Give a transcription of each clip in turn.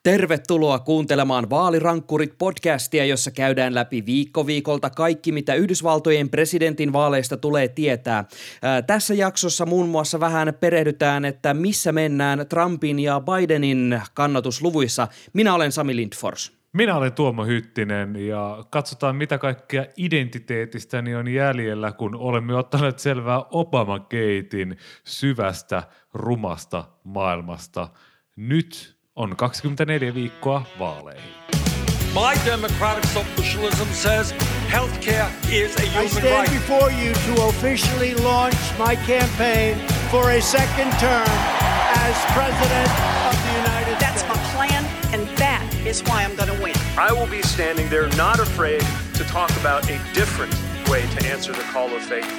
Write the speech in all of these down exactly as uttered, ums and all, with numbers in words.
Tervetuloa kuuntelemaan Vaalirankkurit-podcastia, jossa käydään läpi viikko viikolta kaikki, mitä Yhdysvaltojen presidentin vaaleista tulee tietää. Ää, tässä jaksossa muun muassa vähän perehdytään, että missä mennään Trumpin ja Bidenin kannatusluvuissa. Minä olen Sami Lindfors. Minä olen Tuomo Hyttinen ja katsotaan mitä kaikkea identiteetistäni on jäljellä, kun olemme ottaneet selvää Obama-gatein syvästä, rumasta maailmasta. Nyt on kaksikymmentäneljä viikkoa vaaleihin. My democratic socialism says healthcare is a human right. I stand before you to officially launch my campaign for a second term as president of the United States. That's my plan, and that is why I'm going to win. I will be standing there not afraid to talk about a different way to answer the call of faith.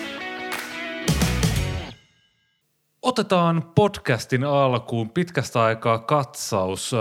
Otetaan podcastin alkuun pitkästä aikaa katsaus äh,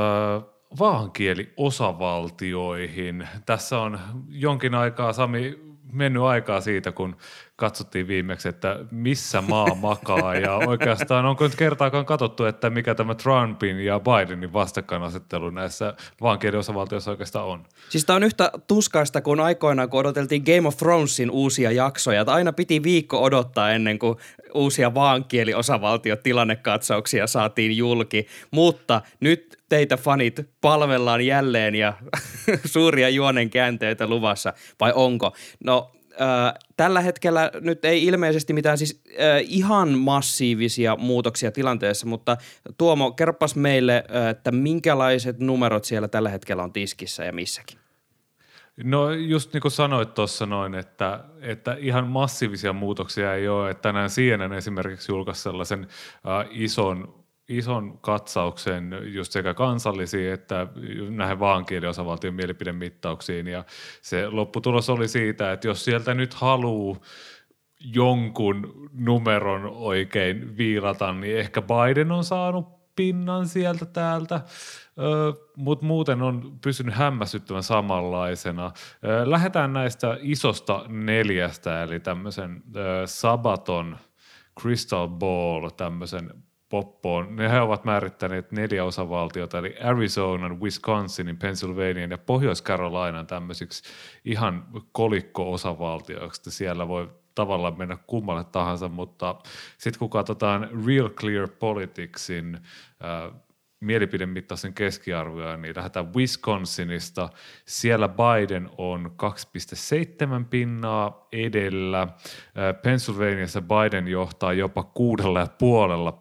vaankieliosavaltioihin. Tässä on jonkin aikaa, Sami, mennyt aikaa siitä, kun katsottiin viimeksi, että missä maa makaa ja oikeastaan onko nyt kertaakaan katsottu, että mikä tämä Trumpin ja Bidenin vastakkainasettelu näissä vaankieliosavaltioissa oikeastaan on. Siis tämä on yhtä tuskaista kuin aikoinaan, kun odoteltiin Game of Thronesin uusia jaksoja. Aina piti viikko odottaa ennen kuin uusia vaankieliosavaltiotilannekatsauksia saatiin julki, mutta nyt teitä fanit palvellaan jälleen ja suuria juonen käänteitä luvassa, vai onko? No äh, tällä hetkellä nyt ei ilmeisesti mitään siis äh, ihan massiivisia muutoksia tilanteessa, mutta Tuomo, kerropas meille, äh, että minkälaiset numerot siellä tällä hetkellä on tiskissä ja missäkin? No just niin kuin sanoit tuossa noin, että, että ihan massiivisia muutoksia ei ole, että tänään C N N esimerkiksi julkaisi sellaisen äh, ison ison katsauksen just sekä kansallisiin että näihin vaankieliosavaltion mielipidemittauksiin ja se lopputulos oli siitä, että jos sieltä nyt haluaa jonkun numeron oikein viilata, niin ehkä Biden on saanut pinnan sieltä täältä, mutta muuten on pysynyt hämmästyttävän samanlaisena. Lähdetään näistä isosta neljästä, eli tämmöisen Sabaton, Crystal Ball, tämmöisen poppoon. Ne he ovat määrittäneet neljä osavaltiota, eli Arizonan, Wisconsinin, Pennsylvanian ja Pohjois-Carolinan tämmöisiksi ihan kolikko-osavaltioiksi. Siellä voi tavallaan mennä kummalle tahansa, mutta sitten kun katsotaan Real Clear Politicsin äh, mielipidemittaisen keskiarvoja, niin lähdetään Wisconsinista. Siellä Biden on kaksi pilkku seitsemän pinnaa edellä. Äh, Pennsylvaniassa Biden johtaa jopa kuudella ja puolella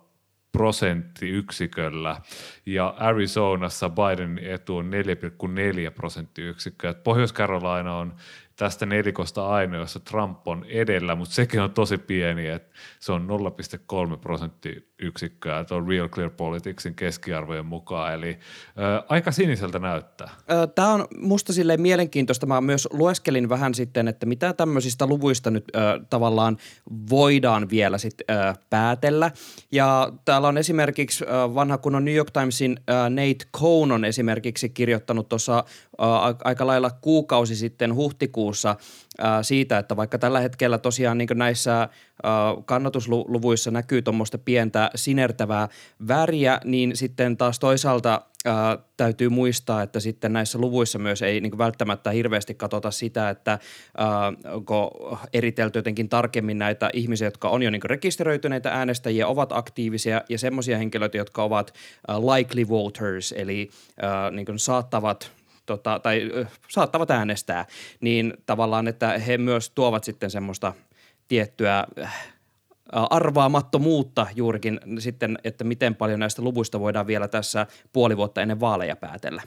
prosenttiyksiköllä ja Arizonassa Bidenin etu on neljä pilkku neljä prosenttiyksikköä. Pohjois-Carolina on tästä nelikosta ainoa, jossa Trump on edellä, mutta sekin on tosi pieni, että se on nolla pilkku kolme prosenttiyksikköä tuon Real Clear Politicsin keskiarvojen mukaan, eli ä, aika siniseltä näyttää. Tämä on musta silleen mielenkiintoista. Mä myös lueskelin vähän sitten, että mitä tämmöisistä luvuista nyt äh, tavallaan voidaan vielä sitten äh, päätellä. Ja täällä on esimerkiksi äh, vanha kunnon New York Timesin äh, Nate Cohn on esimerkiksi kirjoittanut tuossa äh, aika lailla kuukausi sitten huhtikuussa siitä, että vaikka tällä hetkellä tosiaan niin näissä kannatusluvuissa näkyy tuommoista pientä sinertävää väriä, niin sitten taas toisaalta ää, täytyy muistaa, että sitten näissä luvuissa myös ei niin välttämättä hirveästi katsota sitä, että ää, onko eritelty jotenkin tarkemmin näitä ihmisiä, jotka on jo niin rekisteröityneitä äänestäjiä, ovat aktiivisia ja semmoisia henkilöitä, jotka ovat ää, likely voters, eli ää, niin saattavat Tota, tai äh, saattavat äänestää, niin tavallaan, että he myös tuovat sitten semmoista tiettyä äh, arvaamattomuutta juurikin sitten, että miten paljon näistä luvuista voidaan vielä tässä puoli vuotta ennen vaaleja päätellä.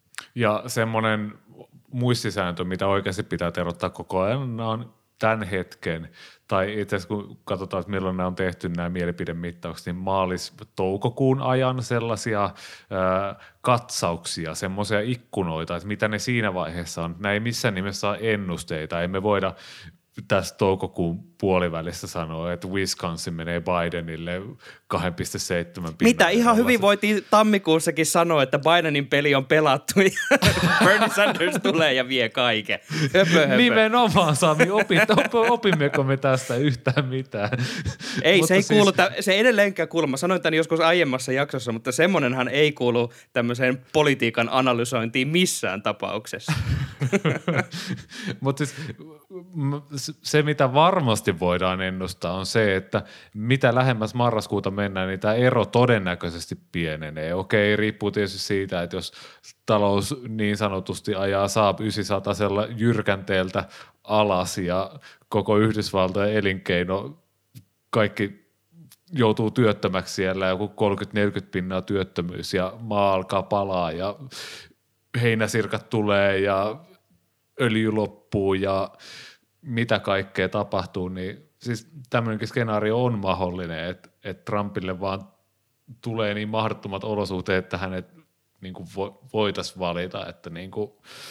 Ja semmoinen muistisääntö, mitä oikeasti pitää terottaa koko ajan, on tämän hetken, tai itse asiassa kun katsotaan, että milloin nämä on tehty nämä mielipidemittaukset, niin maalis-toukokuun ajan sellaisia ää, katsauksia, semmoisia ikkunoita, että mitä ne siinä vaiheessa on. Nämä ei missään nimessä ole ennusteita, emme voida tässä toukokuun puolivälissä sanoo, että Wisconsin menee Bidenille kaksi pilkku seitsemän pinnan. Mitä ihan hyvin voitiin tammikuussakin sanoa, että Bidenin peli on pelattu ja Bernie Sanders tulee ja vie kaiken. Höpö, höpö. Nimenomaan, Sami, opit, op, opimmeko me tästä yhtään mitään? Ei, se ei siis... kuulu, se ei edelleenkään kuulu. Mä sanoin tämän joskus aiemmassa jaksossa, mutta semmonenhan ei kuulu tämmöiseen politiikan analysointiin missään tapauksessa. Mutta siis se, mitä varmasti voidaan ennustaa, on se, että mitä lähemmäs marraskuuta mennään, niin tämä ero todennäköisesti pienenee. Okei, riippuu tietysti siitä, että jos talous niin sanotusti ajaa Saab yhdeksänsataasella jyrkänteeltä alas ja koko Yhdysvaltojen elinkeino, kaikki joutuu työttömäksi siellä, joku kolmekymmentä neljäkymmentä pinnaa työttömyys ja maa alkaa palaa ja heinäsirkat tulee ja öljy loppuu ja mitä kaikkea tapahtuu, niin siis tämmöinenkin skenaario on mahdollinen, että, että Trumpille vaan tulee niin mahdottomat olosuhteet, että hänet niin kuin voitaisiin valita, että niin kuin,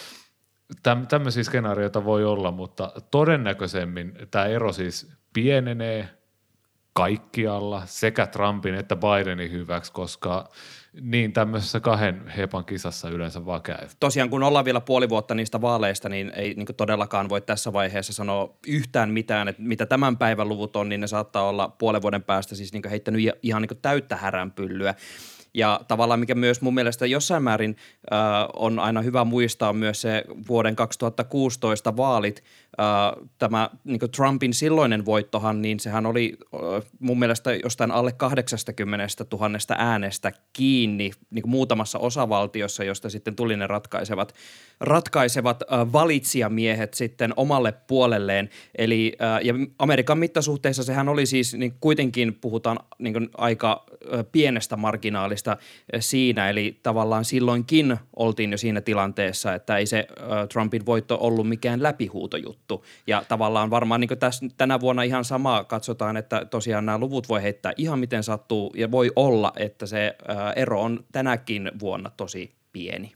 täm, tämmöisiä skenaarioita voi olla, mutta todennäköisemmin tämä ero siis pienenee kaikkialla sekä Trumpin että Bidenin hyväksi, koska niin tämmöisessä kahden hepan kisassa yleensä vaan käy. Tosiaan kun ollaan vielä puoli vuotta niistä vaaleista, niin ei niin todellakaan voi tässä vaiheessa sanoa yhtään mitään, että mitä tämän päivän luvut on, niin ne saattaa olla puolen vuoden päästä siis niin heittänyt ihan niin täyttä häränpyllyä. Ja tavallaan mikä myös mun mielestä jossain määrin äh, on aina hyvä muistaa myös se vuoden kaksituhattakuusitoista vaalit. Äh, tämä niin kuin Trumpin silloinen voittohan, niin sehän oli äh, mun mielestä jostain alle kahdeksankymmentätuhatta äänestä kiinni niin kuin muutamassa osavaltiossa, josta sitten tuli ne ratkaisevat, ratkaisevat äh, valitsijamiehet sitten omalle puolelleen. Eli äh, ja Amerikan mittasuhteissa sehän oli siis, niin kuitenkin puhutaan niin kuin aika äh, pienestä marginaalista siinä, eli tavallaan silloinkin oltiin jo siinä tilanteessa, että ei se äh, Trumpin voitto ollut mikään läpihuutojuttu. Ja tavallaan varmaan niin tässä, tänä vuonna ihan samaa katsotaan, että tosiaan nämä luvut voi heittää ihan miten sattuu, ja voi olla, että se äh, ero on tänäkin vuonna tosi pieni.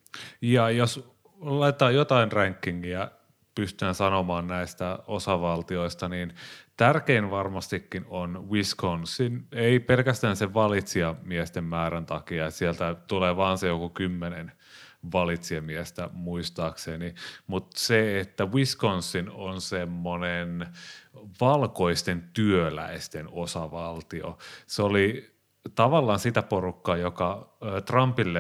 Ja jos laitetaan jotain rankingia pystytään sanomaan näistä osavaltioista, niin tärkein varmastikin on Wisconsin, ei pelkästään sen valitsijamiesten määrän takia, että sieltä tulee vaan se joku kymmenen valitsijamiestä muistaakseni, mutta se, että Wisconsin on semmoinen valkoisten työläisten osavaltio, se oli tavallaan sitä porukkaa, joka Trumpille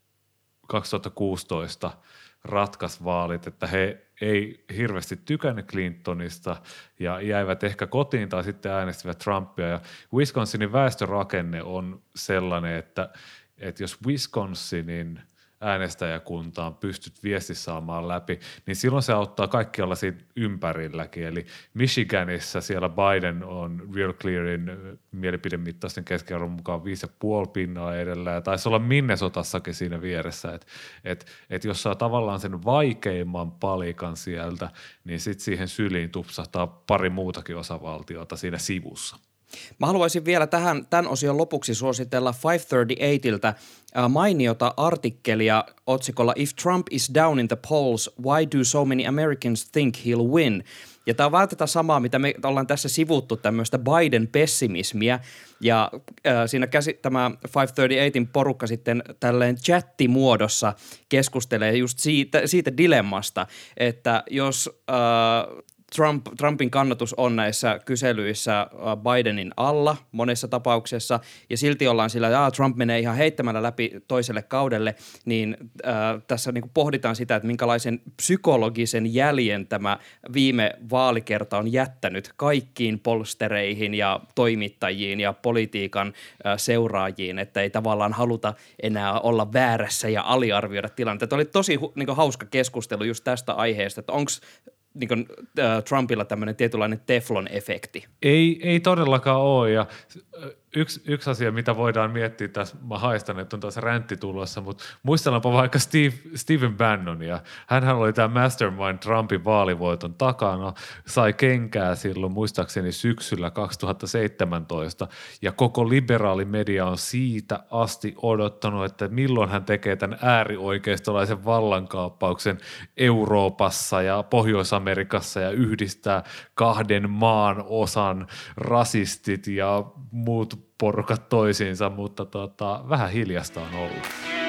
kaksituhattakuusitoista ratkaisi vaalit, että he ei hirveästi tykännyt Clintonista ja jäivät ehkä kotiin tai sitten äänestivät Trumpia. Ja Wisconsinin väestörakenne on sellainen, että, että jos Wisconsinin äänestäjäkuntaan pystyt viesti saamaan läpi, niin silloin se auttaa kaikkialla siinä ympärilläkin. Eli Michiganissa siellä Biden on Real Clearin mielipidemittaisten keskiarvon mukaan viisi ja puoli pinnaa edellä, ja taisi olla Minnesotassakin siinä vieressä, että et, et jos saa tavallaan sen vaikeimman palikan sieltä, niin sitten siihen syliin tupsahtaa pari muutakin osavaltiota siinä sivussa. Mä haluaisin vielä tähän, tämän osion lopuksi suositella viisi kolmekymmentäkahdeksanilta mainiota artikkelia otsikolla If Trump is down in the polls, why do so many Americans think he'll win? Ja tämä on vähän tätä samaa, mitä me ollaan tässä sivuttu, tämmöistä Biden-pessimismiä. Ja äh, siinä käsi, tämä viisi kolmekymmentäkahdeksan porukka sitten tälleen chattimuodossa keskustelee just siitä, siitä dilemmasta, että jos Äh, Trump, Trumpin kannatus on näissä kyselyissä Bidenin alla monessa tapauksessa, ja silti ollaan sillä, että Trump menee ihan heittämällä läpi toiselle kaudelle, niin äh, tässä niin kuin pohditaan sitä, että minkälaisen psykologisen jäljen tämä viime vaalikerta on jättänyt kaikkiin polstereihin ja toimittajiin ja politiikan äh, seuraajiin, että ei tavallaan haluta enää olla väärässä ja aliarvioida tilannetta. Tämä oli tosi hu, niin kuin hauska keskustelu just tästä aiheesta, että onko niin kuin, äh, Trumpilla tämmöinen tietynlainen teflon-efekti? Ei, ei todellakaan ole, ja Yksi, yksi asia, mitä voidaan miettiä tässä, mä haistan, että on taas räntti tulossa, mutta muistellaanpa vaikka Steve, Stephen Bannonia. Hänhän oli tämä mastermind Trumpin vaalivoiton takana, sai kenkää silloin muistaakseni syksyllä kaksituhattaseitsemäntoista, ja koko liberaali media on siitä asti odottanut, että milloin hän tekee tämän äärioikeistolaisen vallankaappauksen Euroopassa ja Pohjois-Amerikassa ja yhdistää kahden maan osan rasistit ja muut porukat toisiinsa, mutta tota, vähän hiljasta on ollut.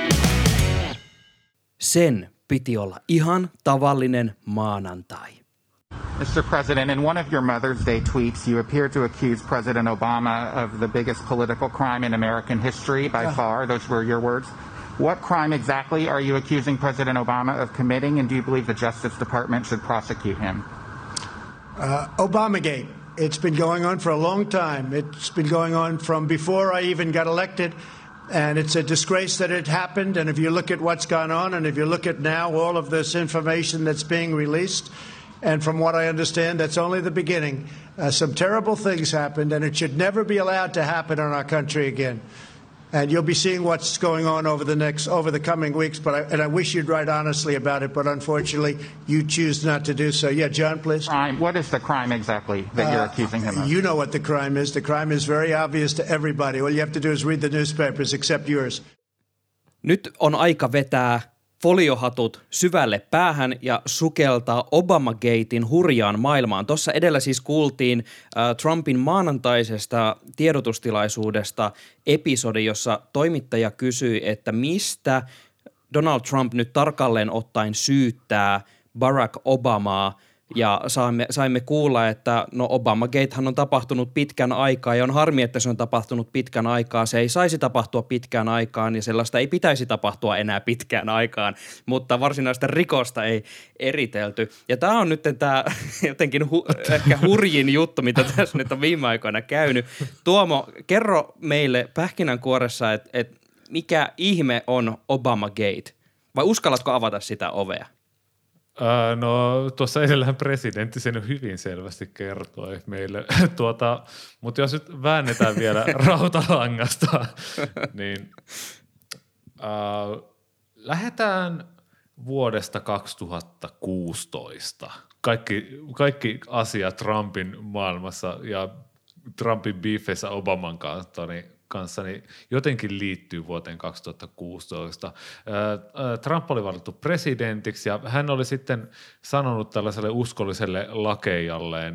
Sen piti olla ihan tavallinen maanantai. Mister President, in one of your Mother's Day tweets, you appear to accuse President Obama of the biggest political crime in American history by uh. far. Those were your words. What crime exactly are you accusing President Obama of committing, and do you believe the Justice Department should prosecute him? Uh, Obamagate. It's been going on for a long time. It's been going on from before I even got elected, and it's a disgrace that it happened. And if you look at what's gone on, and if you look at now all of this information that's being released, and from what I understand, that's only the beginning. Uh, some terrible things happened, and it should never be allowed to happen in our country again. And you'll be seeing what's going on over the next, over the coming weeks. But I, and I wish you'd write honestly about it, but unfortunately, you choose not to do so. Yeah, John, please. Crime. What is the crime exactly that uh, you're accusing him of? You know what the crime is. The crime is very obvious to everybody. All you have to do is read the newspapers, except yours. Nyt on aika vetää foliohatut syvälle päähän ja sukeltaa Obamagatein hurjaan maailmaan. Tuossa edellä siis kuultiin äh, Trumpin maanantaisesta tiedotustilaisuudesta episodi, jossa toimittaja kysyi, että mistä Donald Trump nyt tarkalleen ottaen syyttää Barack Obamaa. Ja saimme, saimme kuulla, että no Obamagatehan on tapahtunut pitkän aikaa ja on harmi, että se on tapahtunut pitkän aikaa. Se ei saisi tapahtua pitkään aikaan ja sellaista ei pitäisi tapahtua enää pitkään aikaan, mutta varsinaista rikosta ei eritelty. Ja tämä on nyt tämä jotenkin hu, ehkä hurjin juttu, mitä tässä nyt on viime aikoina käynyt. Tuomo, kerro meille pähkinänkuoressa, että et mikä ihme on Obamagate? Vai uskallatko avata sitä ovea? Uh, no tuossa edellähän presidentti sen hyvin selvästi kertoi meille, tuota, mutta jos nyt väännetään vielä rautalangasta, niin uh, lähdetään vuodesta kaksituhattakuusitoista. Kaikki, kaikki asiat Trumpin maailmassa ja Trumpin beefissä Obaman kanssa, niin kanssa, niin jotenkin liittyy vuoteen kaksituhattakuusitoista. Trump oli valittu presidentiksi ja hän oli sitten sanonut tällaiselle uskolliselle lakeijalleen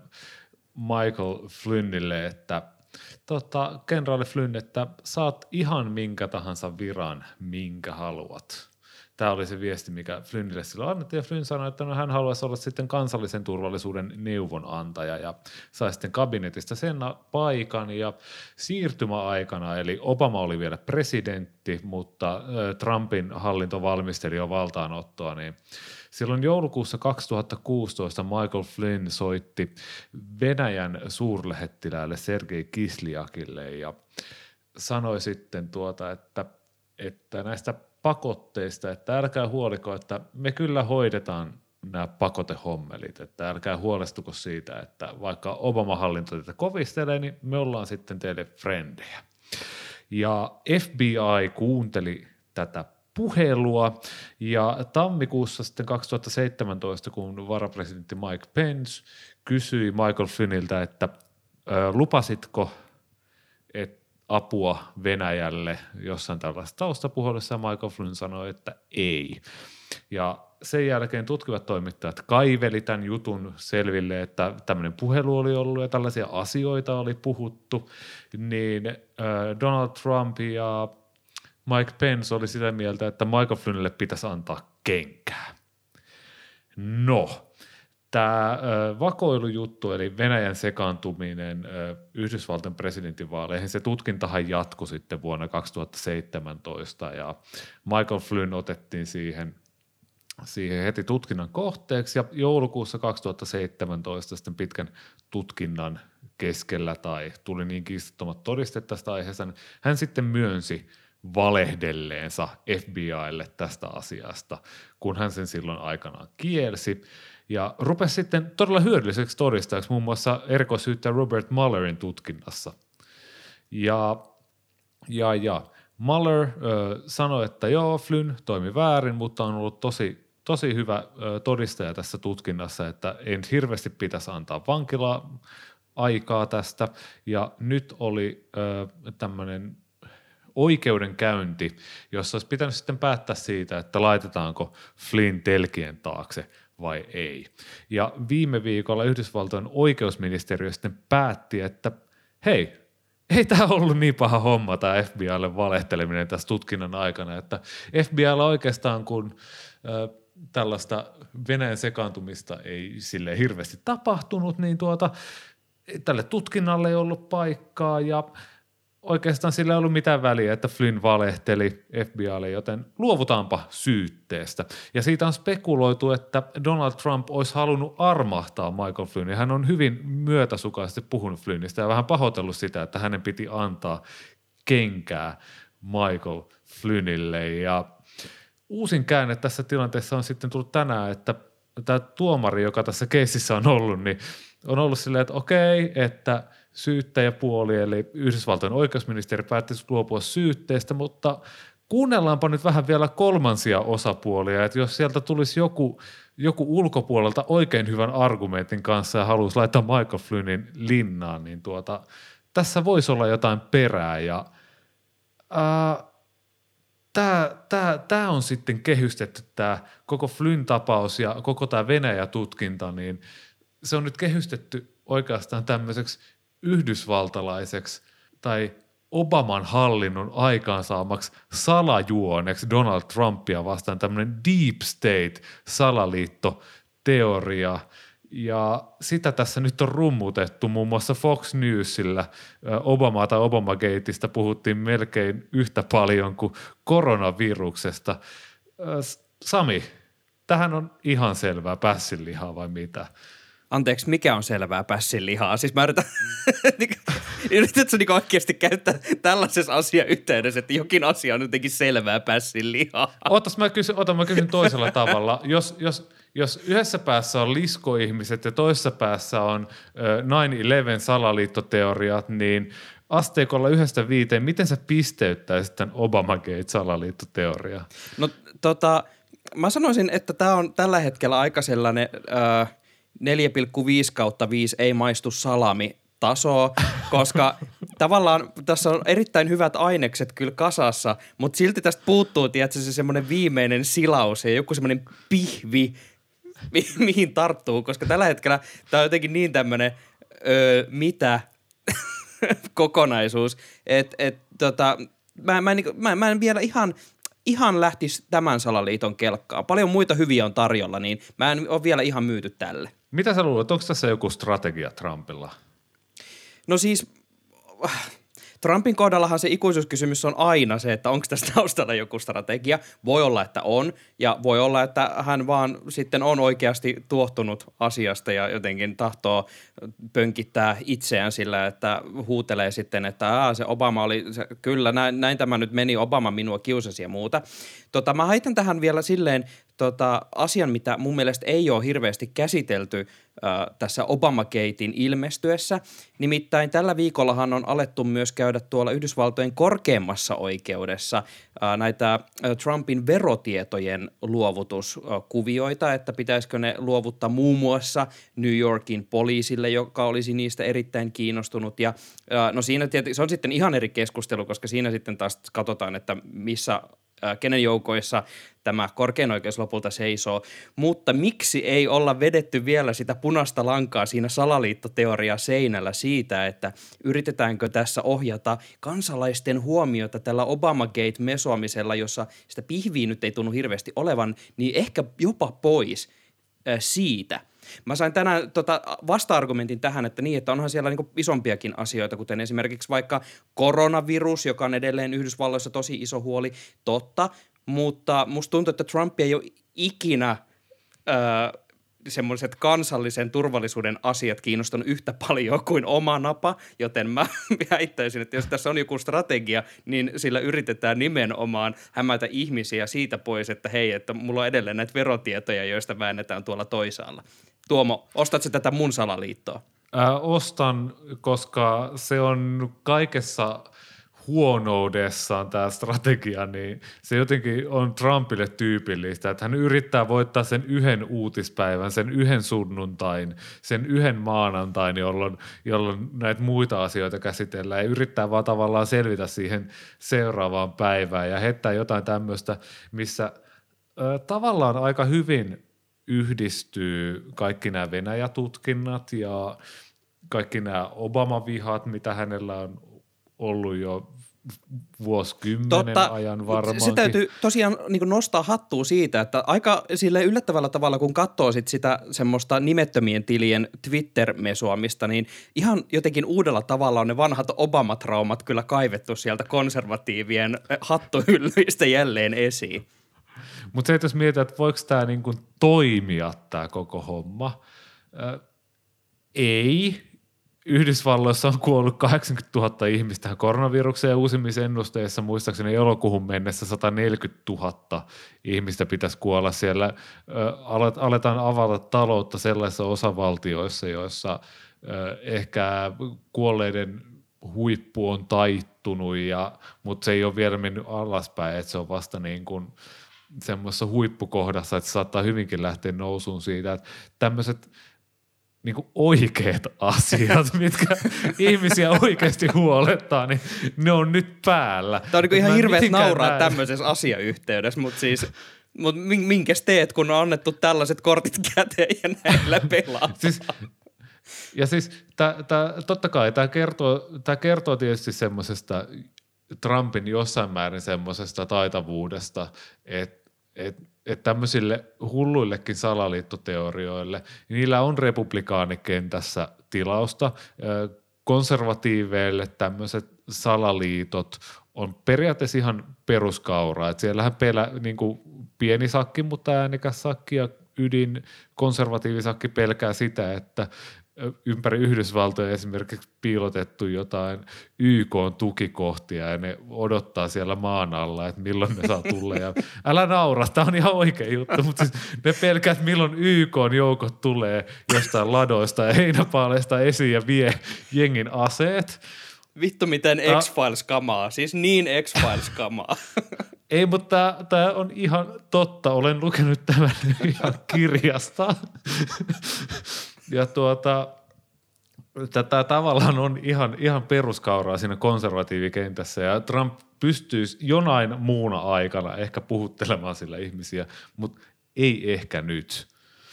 Michael Flynnille, että tota, kenraali Flynn, että saat ihan minkä tahansa viran, minkä haluat. Tämä oli se viesti, mikä Flynnille silloin annettiin, ja Flynn sanoi, että no hän haluaisi olla sitten kansallisen turvallisuuden neuvonantaja, ja sai sitten kabinetista sen paikan, ja siirtymäaikana, eli Obama oli vielä presidentti, mutta Trumpin hallinto valmisteli jo valtaanottoa, niin silloin joulukuussa kaksituhattakuusitoista Michael Flynn soitti Venäjän suurlähettiläälle Sergei Kisliakille, ja sanoi sitten tuota, että, että näistä pakotteista, että älkää huoliko, että me kyllä hoidetaan nämä pakotehommelit, että älkää huolestuko siitä, että vaikka Obama-hallinto teitä kovistelee, niin me ollaan sitten teille frendejä. Ja F B I kuunteli tätä puhelua ja tammikuussa sitten kaksituhattaseitsemäntoista, kun varapresidentti Mike Pence kysyi Michael Flynniltä, että ö, lupasitko, että apua Venäjälle jossain tällaisessa taustapuhelussa, ja Michael Flynn sanoi, että ei. Ja sen jälkeen tutkivat toimittajat kaiveli tämän jutun selville, että tämmöinen puhelu oli ollut ja tällaisia asioita oli puhuttu, niin äh, Donald Trump ja Mike Pence oli sitä mieltä, että Michael Flynnille pitäisi antaa kenkää. No, tämä vakoilujuttu, eli Venäjän sekaantuminen Yhdysvaltain presidentinvaaleihin, se tutkintahan jatkui sitten vuonna kaksituhattaseitsemäntoista, ja Michael Flynn otettiin siihen, siihen heti tutkinnan kohteeksi, ja joulukuussa kaksituhattaseitsemäntoista sitten pitkän tutkinnan keskellä, tai tuli niin kiistattomat todisteet tästä aiheesta, niin hän sitten myönsi valehdelleensa F B I:lle tästä asiasta, kun hän sen silloin aikanaan kielsi. Ja rupesi sitten todella hyödylliseksi todistajaksi muun muassa erikoissyyttäjä Robert Muellerin tutkinnassa. Ja, ja, ja. Mueller äh, sanoi, että joo, Flynn toimi väärin, mutta on ollut tosi, tosi hyvä äh, todistaja tässä tutkinnassa, että ei nyt hirveästi pitäisi antaa vankilaa aikaa tästä. Ja nyt oli äh, tämmöinen oikeudenkäynti, jossa olisi pitänyt sitten päättää siitä, että laitetaanko Flynn telkien taakse vai ei. Ja viime viikolla Yhdysvaltojen oikeusministeriö sitten päätti, että hei, ei tämä ollut niin paha homma tämä F B I:lle valehteleminen tässä tutkinnan aikana, että F B I:lla oikeastaan kun ö, tällaista Venäjän sekaantumista ei sille hirveästi tapahtunut, niin tuota, tälle tutkinnalle ei ollut paikkaa ja oikeastaan sillä ei ollut mitään väliä, että Flynn valehteli F B I:lle, joten luovutaanpa syytteestä. Ja siitä on spekuloitu, että Donald Trump olisi halunnut armahtaa Michael Flynnin. Hän on hyvin myötäsukaisesti puhunut Flynnistä ja vähän pahoitellut sitä, että hänen piti antaa kenkää Michael Flynnille. Ja uusin käänne tässä tilanteessa on sitten tullut tänään, että tämä tuomari, joka tässä keississä on ollut, niin on ollut silleen, että okei, että syyttäjäpuoli eli Yhdysvaltojen oikeusministeri päätti luopua syytteestä, mutta kuunnellaanpa nyt vähän vielä kolmansia osapuolia, että jos sieltä tulisi joku, joku ulkopuolelta oikein hyvän argumentin kanssa ja haluaisi laittaa Michael Flynnin linnaan, niin tuota, tässä voisi olla jotain perää ja ää, Tämä, tämä, tämä on sitten kehystetty tämä koko Flynn-tapaus ja koko tämä Venäjä-tutkinta, niin se on nyt kehystetty oikeastaan tämmöiseksi yhdysvaltalaiseksi tai Obaman hallinnon aikaansaamaksi salajuoneksi Donald Trumpia vastaan, tämmöinen deep state salaliittoteoria. Ja sitä tässä nyt on rummutettu muun muassa Fox Newsillä. Obamaa tai Obamagateista puhuttiin melkein yhtä paljon kuin koronaviruksesta. Sami, tähän on ihan selvää pässinlihaa vai mitä? Anteeksi, mikä on selvää pässinlihaa? Siis mä yritän, yritätkö niin oikeasti käyttää tällaisessa asiayhteydessä, että jokin asia on jotenkin selvää pässinlihaa? Otas mä kysyn, ota, mä kysyn toisella tavalla. Jos, jos, jos yhdessä päässä on liskoihmiset ja toisessa päässä on nine eleven salaliittoteoriat, niin asteikolla yhdestä viiteen, miten sä pisteyttäisit tämän Obamagate-salaliittoteoriaa? No tota, mä sanoisin, että tää on tällä hetkellä aika sellainen Äh, neljä pilkku viisi kautta viisi ei maistu salami tasoa, koska tavallaan tässä on erittäin hyvät ainekset kyllä kasassa, mutta silti tästä puuttuu, tiedätkö, se semmoinen viimeinen silaus ja joku semmoinen pihvi, mi- mihin tarttuu, koska tällä hetkellä tämä on jotenkin niin tämmöinen öö, mitä kokonaisuus, että et, tota, mä, mä, en, mä, mä en vielä ihan... ihan lähtisi tämän salaliiton kelkkaan. Paljon muita hyviä on tarjolla, niin mä en ole vielä ihan myyty tälle. Mitä sä luulet, onko tässä joku strategia Trumpilla? No siis Trumpin kohdallahan se ikuisuuskysymys on aina se, että onko tässä taustalla joku strategia. Voi olla, että on, ja voi olla, että hän vaan sitten on oikeasti tuohtunut asiasta ja jotenkin tahtoo pönkittää itseään sillä, että huutelee sitten, että Aa, se Obama oli, se, kyllä näin, näin tämä nyt meni, Obama minua kiusasi ja muuta. Tota, mä haitän tähän vielä silleen tota, asian, mitä mun mielestä ei ole hirveästi käsitelty äh, tässä Obamagatein ilmestyessä. Nimittäin tällä viikollahan on alettu myös käydä tuolla Yhdysvaltojen korkeimmassa oikeudessa äh, näitä äh, Trumpin verotietojen luovutuskuvioita, että pitäisikö ne luovuttaa muun muassa New Yorkin poliisille, joka olisi niistä erittäin kiinnostunut. Ja äh, no siinä tietysti, se on sitten ihan eri keskustelu, koska siinä sitten taas katsotaan, että missä kenen joukoissa tämä korkein oikeus lopulta seisoo, mutta miksi ei olla vedetty vielä sitä punaista lankaa siinä salaliittoteoria seinällä siitä, että yritetäänkö tässä ohjata kansalaisten huomiota tällä Obamagate-mesoamisella, jossa sitä pihviä nyt ei tunnu hirveästi olevan, niin ehkä jopa pois äh, siitä. Mä sain tänään tota vasta-argumentin tähän, että niin, että onhan siellä niinku isompiakin asioita, kuten esimerkiksi vaikka koronavirus, joka on edelleen Yhdysvalloissa tosi iso huoli, totta, mutta musta tuntuu, että Trump ei ole ikinä öö, semmoiset kansallisen turvallisuuden asiat kiinnostanut yhtä paljon kuin oma napa, joten mä väittäisin, että jos tässä on joku strategia, niin sillä yritetään nimenomaan hämätä ihmisiä siitä pois, että hei, että mulla on edelleen näitä verotietoja, joista väännetään tuolla toisaalla. Tuomo, ostatko tätä mun salaliittoa? Äh, ostan, koska se on kaikessa huonoudessaan tämä strategia, niin se jotenkin on Trumpille tyypillistä, että hän yrittää voittaa sen yhden uutispäivän, sen yhden sunnuntain, sen yhden maanantain, jolloin, jolloin näitä muita asioita käsitellään ja yrittää vaan tavallaan selvitä siihen seuraavaan päivään ja heittää jotain tämmöistä, missä ö, tavallaan aika hyvin yhdistyy kaikki nämä Venäjä-tutkinnat ja kaikki nämä Obama-vihat, mitä hänellä on ollut jo vuosikymmenen Totta, ajan varmaankin. Se täytyy tosiaan niin nostaa hattua siitä, että aika sille yllättävällä tavalla, kun katsoo sit sitä semmoista nimettömien tilien Twitter-mesuamista, niin ihan jotenkin uudella tavalla on ne vanhat Obama-traumat kyllä kaivettu sieltä konservatiivien hattuhyllyistä jälleen esiin. Mutta se, että jos mietitään, että voiko tämä niinku toimia tämä koko homma, äh, ei. Yhdysvalloissa on kuollut kahdeksankymmentätuhatta ihmistä tähän koronavirukseen ja uusimmissa ennusteissa muistaakseni elokuuhun mennessä sata neljäkymmentätuhatta ihmistä pitäisi kuolla. Siellä ö, aletaan avata taloutta sellaisissa osavaltioissa, joissa ö, ehkä kuolleiden huippu on taittunut, ja, mutta se ei ole vielä mennyt alaspäin, että se on vasta niin kuin semmoisessa huippukohdassa, että se saattaa hyvinkin lähteä nousuun siitä, että tämmöiset niin kuin oikeat asiat, mitkä ihmisiä oikeasti huolettaa, niin ne on nyt päällä. Tämä on niin ihan hirveät nauraa näin tämmöisessä asiayhteydessä, mutta siis mut minkäs teet, kun on annettu tällaiset kortit käteen ja näillä pelaa? Siis, ja siis tää, tää, totta kai tämä kertoo, tää kertoo tietysti semmoisesta Trumpin jossain määrin semmoisesta taitavuudesta, että et, että tämmöisille hulluillekin salaliittoteorioille, niin niillä on republikaanikentässä tilausta. Konservatiiveille tämmöiset salaliitot on periaatteessa ihan peruskauraa. Että siellähän pelä, niin kuin pieni sakki, mutta äänekäs sakki ja ydin konservatiivisakki pelkää sitä, että ympäri Yhdysvaltoja esimerkiksi piilotettu jotain Y K-tukikohtia ja ne odottaa siellä maan alla, että milloin ne saa tulla. Ja älä naura, tämä on ihan oikea juttu, mutta siis ne pelkää, että milloin Y K-joukot tulee jostain ladoista ja heinäpaaleista esiin ja vie jengin aseet. Vittu miten X-Files-kamaa, siis niin X-Files-kamaa. Ei, mutta tämä on ihan totta, olen lukenut tämän ihan kirjasta. Ja tuota, tätä tavallaan on ihan, ihan peruskauraa siinä konservatiivikentässä ja Trump pystyisi jonain muuna aikana ehkä puhuttelemaan sillä ihmisiä, mutta ei ehkä nyt.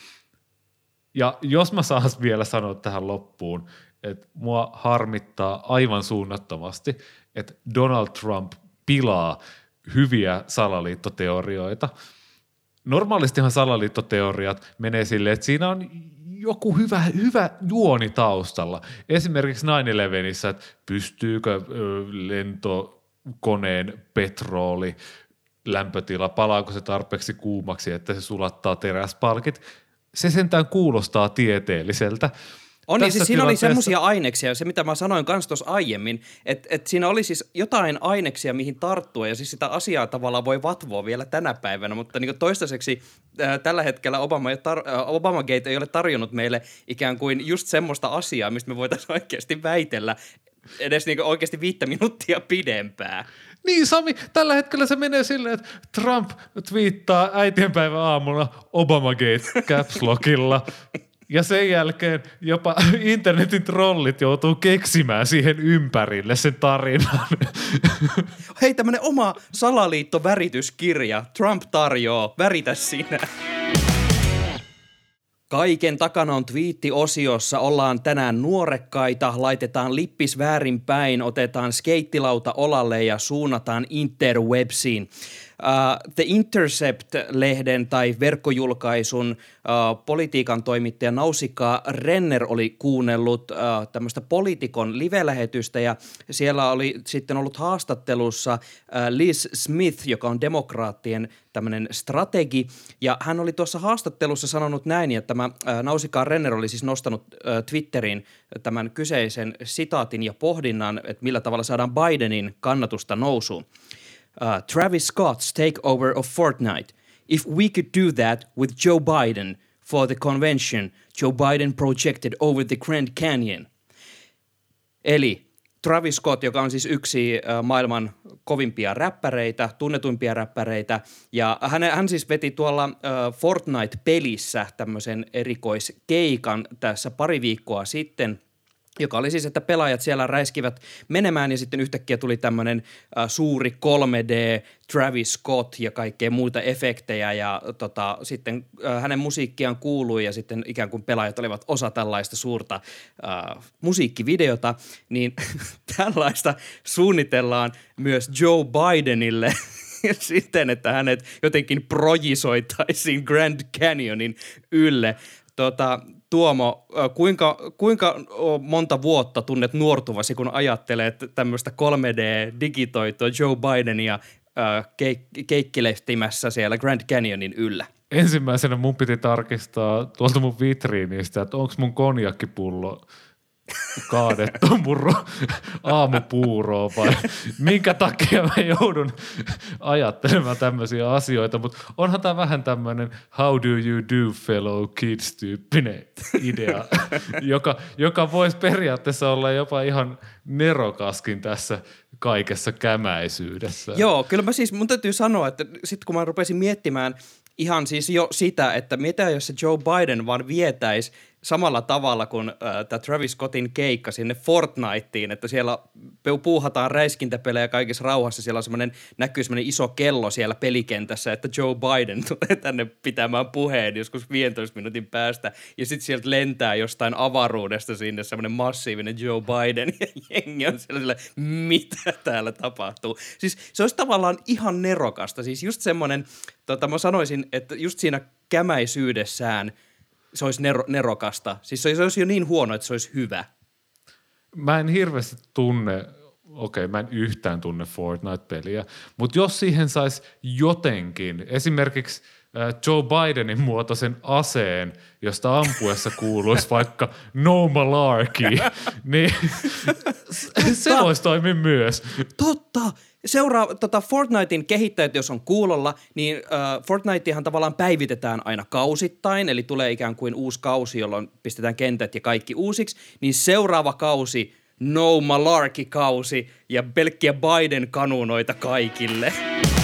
Ja jos mä saan vielä sanoa tähän loppuun, että mua harmittaa aivan suunnattomasti, että Donald Trump pilaa hyviä salaliittoteorioita. Normaalistihan salaliittoteoriat menee silleen, että siinä on joku hyvä, hyvä juoni taustalla. Esimerkiksi nine elevenissä, että pystyykö lentokoneen petroli, lämpötila, palaako se tarpeeksi kuumaksi, että se sulattaa teräspalkit. Se sentään kuulostaa tieteelliseltä. On niin, siis siinä oli semmoisia aineksia, se mitä mä sanoin kans tuossa aiemmin, että et siinä oli siis jotain aineksia, mihin tarttua ja siis sitä asiaa tavallaan voi vatvoa vielä tänä päivänä, mutta niin toistaiseksi ää, tällä hetkellä Obama tar- ää, Obamagate ei ole tarjonnut meille ikään kuin just semmoista asiaa, mistä me voitaisiin oikeasti väitellä edes niin oikeasti viittä minuuttia pidempään. Niin Sami, tällä hetkellä se menee silleen, että Trump twiittaa äitienpäivän aamulla Obamagate caps lockilla. Ja sen jälkeen jopa internetin trollit joutuu keksimään siihen ympärille sen tarinan. Hei, tämmönen oma salaliittovärityskirja. Trump tarjoaa, väritä sinä. Kaiken takana on twiittiosiossa. Ollaan tänään nuorekkaita, laitetaan lippis väärinpäin, otetaan skeittilauta olalle ja suunnataan interwebsiin. Uh, The Intercept-lehden tai verkkojulkaisun uh, politiikan toimittaja Nausicaa Renner oli kuunnellut uh, tämmöistä Politikon live-lähetystä ja siellä oli sitten ollut haastattelussa uh, Liz Smith, joka on demokraattien tämmöinen strategi ja hän oli tuossa haastattelussa sanonut näin, että tämä uh, Nausicaa Renner oli siis nostanut uh, Twitteriin tämän kyseisen sitaatin ja pohdinnan, että millä tavalla saadaan Bidenin kannatusta nousuun. Uh, Travis Scott's takeover of Fortnite. If we could do that with Joe Biden, for the convention. Joe Biden projected over the Grand Canyon. Eli Travis Scott, joka on siis yksi maailman kovimpia räppäreitä, tunnetuimpia räppäreitä, ja hän, hän siis veti tuolla uh, Fortnite-pelissä tämmöisen erikoiskeikan tässä pari viikkoa sitten, joka oli siis, että pelaajat siellä räiskivät menemään ja sitten yhtäkkiä tuli tämmöinen äh, suuri kolme D Travis Scott ja kaikkea muita efektejä ja tota, sitten äh, hänen musiikkiaan kuului ja sitten ikään kuin pelaajat olivat osa tällaista suurta äh, musiikkivideota, niin tällaista suunnitellaan myös Joe Bidenille siten, että hänet jotenkin projisoitaisiin Grand Canyonin ylle. Tota, Tuomo, kuinka, kuinka monta vuotta tunnet nuortuvasi, kun ajattelet tämmöistä kolme D-digitoitua Joe Bidenia äh, keik- keikkilehtimässä siellä Grand Canyonin yllä? Ensimmäisenä mun piti tarkistaa tuolta mun vitriinistä, että onko mun konjakkipullo kaadettu mun aamupuuroon vai minkä takia mä joudun ajattelemaan tämmöisiä asioita, mutta onhan tämä vähän tämmöinen how do you do fellow kids -tyyppinen idea, joka, joka voisi periaatteessa olla jopa ihan nerokaskin tässä kaikessa kämäisyydessä. Joo, kyllä mä siis, mun täytyy sanoa, että sitten kun mä rupesin miettimään ihan siis jo sitä, että mitä jos se Joe Biden vaan vietäisi samalla tavalla kuin äh, tämä Travis Scottin keikka sinne Fortniteen, että siellä puuhataan räiskintäpelejä kaikissa rauhassa, siellä on semmoinen, näkyy semmoinen iso kello siellä pelikentässä, että Joe Biden tulee tänne pitämään puheen joskus viidentoista minuutin päästä, ja sitten sieltä lentää jostain avaruudesta sinne semmoinen massiivinen Joe Biden, ja jengi on siellä sillä, mitä täällä tapahtuu. Siis se olisi tavallaan ihan nerokasta, siis just semmoinen, tota, mä sanoisin, että just siinä kämäisyydessään se olisi nero, nerokasta. Siis se olisi jo niin huono, että se olisi hyvä. Mä en hirveästi tunne, okei okay, mä en yhtään tunne Fortnite-peliä, mutta jos siihen saisi jotenkin, esimerkiksi Joe Bidenin muotoisen aseen, josta ampuessa kuuluisi vaikka no malarkey, niin se voisi toimia myös. Totta! Seuraa tota Fortnitein kehittäjät, jos on kuulolla, niin äh, Fortnitehan tavallaan päivitetään aina kausittain, eli tulee ikään kuin uusi kausi, jolloin pistetään kentät ja kaikki uusiksi, niin seuraava kausi, no malarkey-kausi ja pelkkiä Biden-kanunoita kaikille.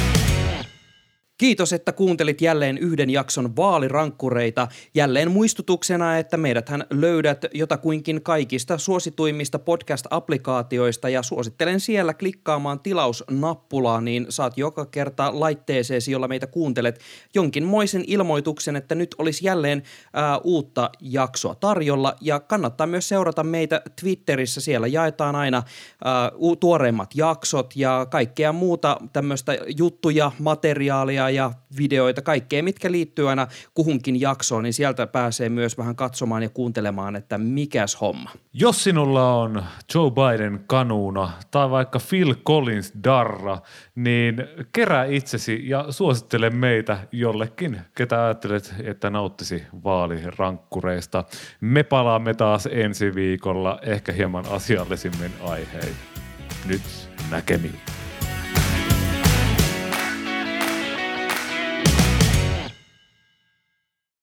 Kiitos, että kuuntelit jälleen yhden jakson vaalirankkureita. Jälleen muistutuksena, että meidäthän löydät jotakuinkin kaikista suosituimmista podcast-applikaatioista ja suosittelen siellä klikkaamaan tilausnappulaa, niin saat joka kerta laitteeseesi, jolla meitä kuuntelet, jonkinmoisen ilmoituksen, että nyt olisi jälleen ää, uutta jaksoa tarjolla ja kannattaa myös seurata meitä Twitterissä. Siellä jaetaan aina ää, tuoreimmat jaksot ja kaikkea muuta tämmöistä juttuja, materiaalia ja videoita, kaikkea, mitkä liittyy aina kuhunkin jaksoon, niin sieltä pääsee myös vähän katsomaan ja kuuntelemaan, että mikäs homma. Jos sinulla on Joe Biden kanuuna tai vaikka Phil Collins darra, niin kerää itsesi ja suosittele meitä jollekin, ketä ajattelet, että nauttisi vaalirankkureista. Me palaamme taas ensi viikolla, ehkä hieman asiallisimmin aihein. Nyt näkemiin.